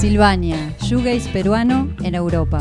Silvania, shoegaze peruano en Europa.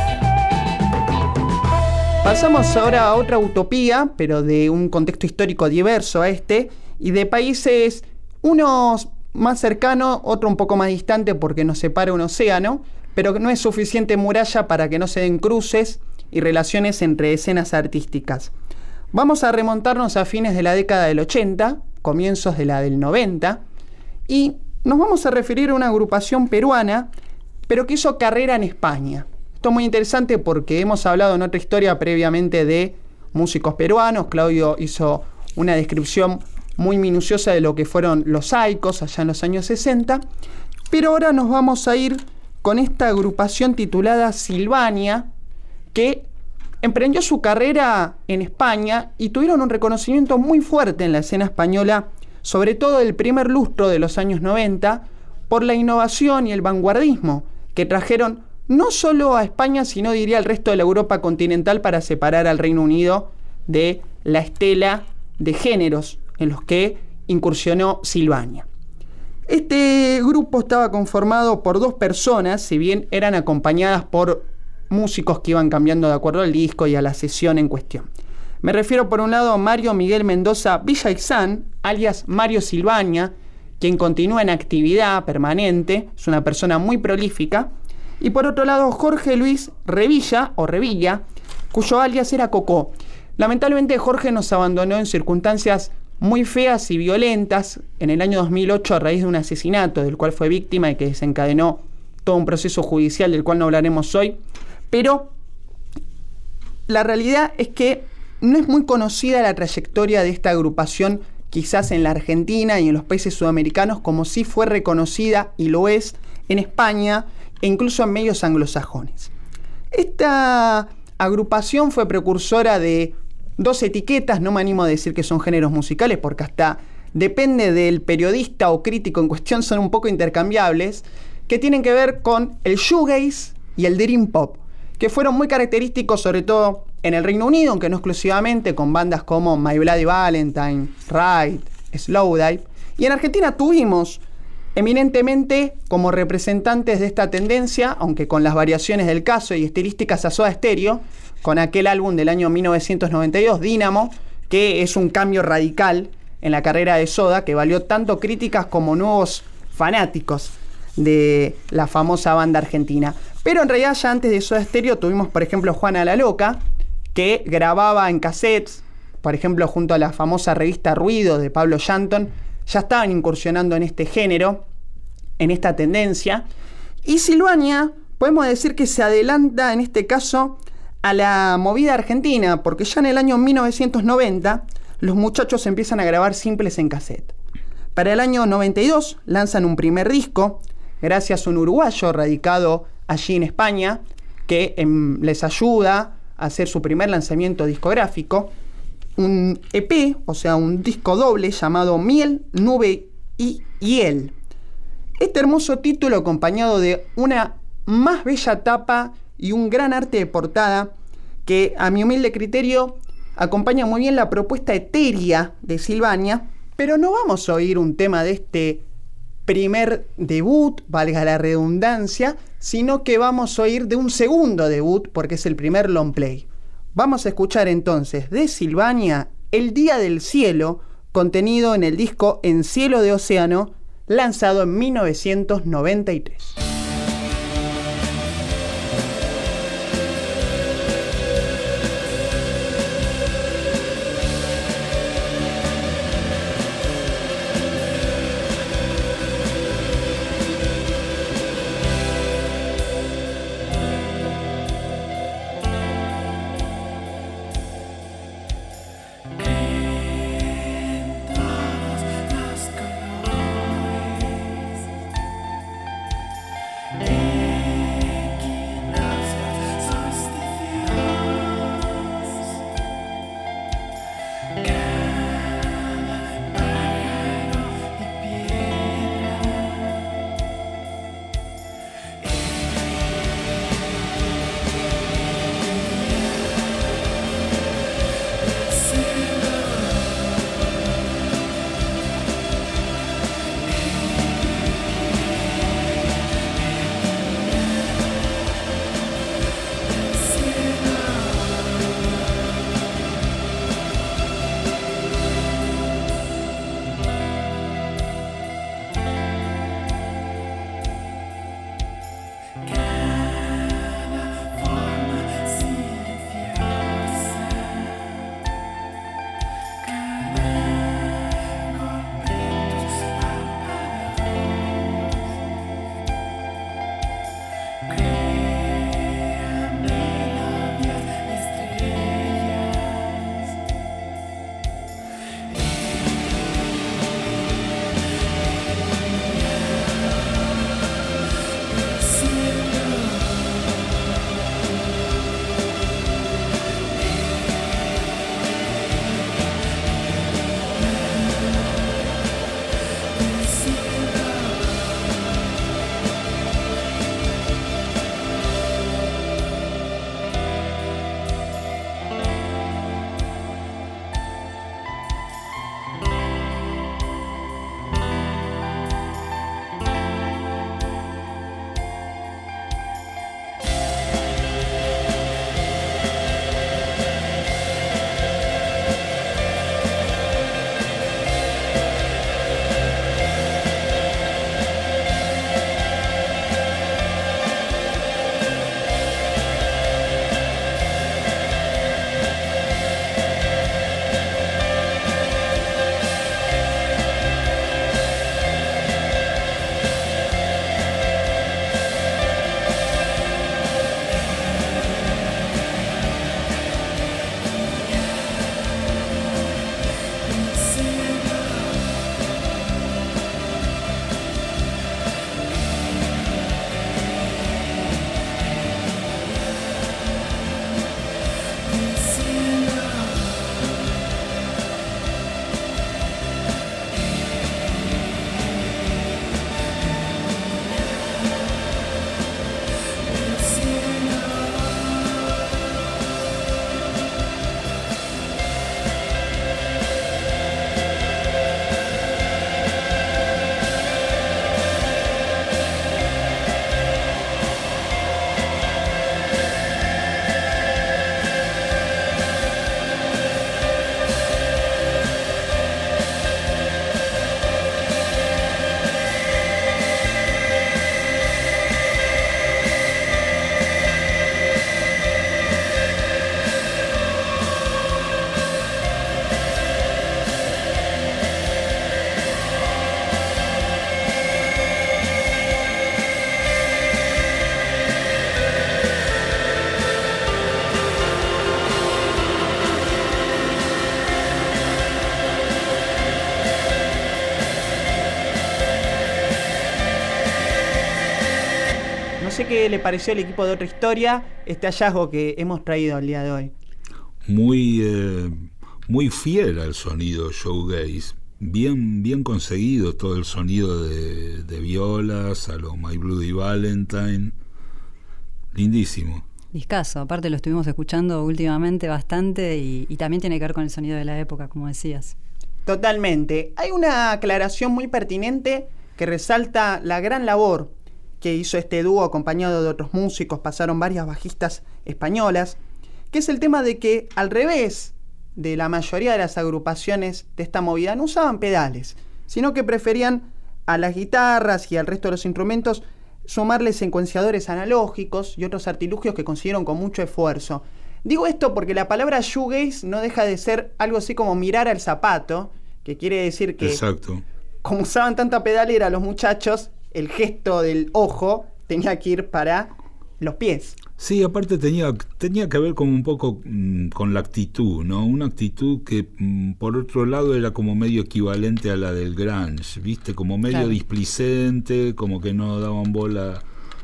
Pasamos ahora a otra utopía, pero de un contexto histórico diverso a este, y de países, unos más cercanos, otro un poco más distante porque nos separa un océano, pero que no es suficiente muralla para que no se den cruces y relaciones entre escenas artísticas. Vamos a remontarnos a fines de la década del 80, comienzos de la del 90, y nos vamos a referir a una agrupación peruana, pero que hizo carrera en España. Esto es muy interesante porque hemos hablado en otra historia previamente de músicos peruanos. Claudio hizo una descripción muy minuciosa de lo que fueron los Saicos allá en los años 60, pero ahora nos vamos a ir con esta agrupación titulada Silvania, que emprendió su carrera en España y tuvieron un reconocimiento muy fuerte en la escena española, sobre todo el primer lustro de los años 90, por la innovación y el vanguardismo que trajeron no solo a España, sino diría al resto de la Europa continental para separar al Reino Unido de la estela de géneros en los que incursionó Silvania. Este grupo estaba conformado por dos personas, si bien eran acompañadas por músicos que iban cambiando de acuerdo al disco y a la sesión en cuestión. Me refiero por un lado a Mario Miguel Mendoza Villaixán, alias Mario Silvania, quien continúa en actividad permanente, es una persona muy prolífica, y por otro lado Jorge Luis Revilla, o Revilla, cuyo alias era Cocó. Lamentablemente Jorge nos abandonó en circunstancias muy feas y violentas en el año 2008 a raíz de un asesinato del cual fue víctima y que desencadenó todo un proceso judicial del cual no hablaremos hoy, pero la realidad es que no es muy conocida la trayectoria de esta agrupación, quizás en la Argentina y en los países sudamericanos, como sí fue reconocida y lo es en España e incluso en medios anglosajones. Esta agrupación fue precursora de dos etiquetas, no me animo a decir que son géneros musicales porque hasta depende del periodista o crítico en cuestión, son un poco intercambiables, que tienen que ver con el shoegaze y el dream pop, que fueron muy característicos sobre todo en el Reino Unido, aunque no exclusivamente, con bandas como My Bloody Valentine, Ride, Slowdive. Y en Argentina tuvimos eminentemente como representantes de esta tendencia, aunque con las variaciones del caso y estilísticas, a Soda Stereo, con aquel álbum del año 1992, Dínamo, que es un cambio radical en la carrera de Soda, que valió tanto críticas como nuevos fanáticos de la famosa banda argentina. Pero en realidad ya antes de Soda Stereo tuvimos, por ejemplo, Juana la Loca, que grababa en cassettes, por ejemplo, junto a la famosa revista Ruido de Pablo Shanton. Ya estaban incursionando en este género, en esta tendencia. Y Silvania, podemos decir que se adelanta en este caso a la movida argentina, porque ya en el año 1990 los muchachos empiezan a grabar simples en cassette. Para el año 92 lanzan un primer disco, gracias a un uruguayo radicado allí en España, que les ayuda a hacer su primer lanzamiento discográfico, un EP, o sea, un disco doble llamado Miel, Nube y Hiel. Este hermoso título, acompañado de una más bella tapa y un gran arte de portada, que a mi humilde criterio acompaña muy bien la propuesta etérea de Silvania, pero no vamos a oír un tema de este primer debut, valga la redundancia, sino que vamos a oír de un segundo debut, porque es el primer long play. Vamos a escuchar entonces de Silvania El Día del Cielo, contenido en el disco En Cielo de Océano, lanzado en 1993. sé qué le pareció al equipo de Otra Historia este hallazgo que hemos traído el día de hoy. Muy fiel al sonido shoegaze, bien conseguido todo el sonido de violas, a lo My Bloody Valentine, lindísimo. Discazo, aparte lo estuvimos escuchando últimamente bastante y también tiene que ver con el sonido de la época, como decías. Totalmente. Hay una aclaración muy pertinente que resalta la gran labor que hizo este dúo acompañado de otros músicos, pasaron varias bajistas españolas, que es el tema de que, al revés de la mayoría de las agrupaciones de esta movida, no usaban pedales, sino que preferían a las guitarras y al resto de los instrumentos sumarle secuenciadores analógicos y otros artilugios que consiguieron con mucho esfuerzo. Digo esto porque la palabra shoegaze no deja de ser algo así como mirar al zapato, que quiere decir que, exacto, como usaban tanta pedalera los muchachos, el gesto del ojo tenía que ir para los pies. Sí, aparte tenía que ver como un poco con la actitud, ¿no? Una actitud que por otro lado era como medio equivalente a la del grunge, ¿viste? Como medio claro, displicente, como que no daban bola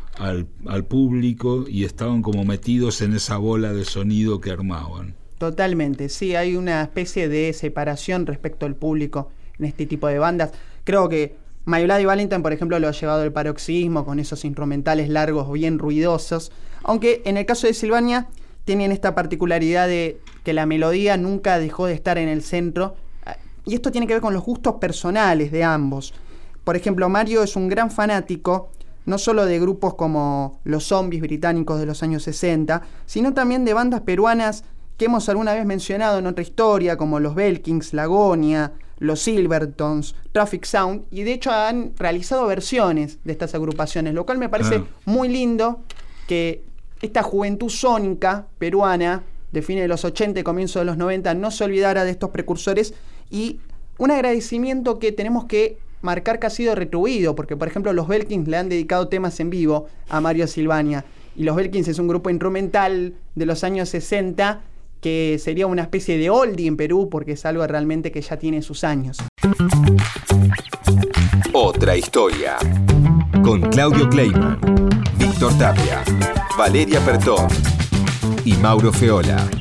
al público y estaban como metidos en esa bola de sonido que armaban. Totalmente, sí, hay una especie de separación respecto al público en este tipo de bandas. Creo que My Bloody Valentine, por ejemplo, lo ha llevado al paroxismo con esos instrumentales largos bien ruidosos, aunque en el caso de Sylvania tienen esta particularidad de que la melodía nunca dejó de estar en el centro, y esto tiene que ver con los gustos personales de ambos. Por ejemplo, Mario es un gran fanático no solo de grupos como los Zombies británicos de los años 60, sino también de bandas peruanas que hemos alguna vez mencionado en Otra Historia, como los Belkins, Lagonia, los Silvertones, Traffic Sound, y de hecho han realizado versiones de estas agrupaciones, lo cual me parece muy lindo que esta juventud sónica peruana de fines de los 80 y comienzos de los 90 no se olvidara de estos precursores, y un agradecimiento que tenemos que marcar que ha sido retribuido, porque por ejemplo los Belkins le han dedicado temas en vivo a Mario Sylvania, y los Belkins es un grupo instrumental de los años 60 que sería una especie de oldie en Perú, porque es algo realmente que ya tiene sus años. Otra Historia, con Claudio Kleiman, Víctor Tapia, Valeria Pertón y Mauro Feola.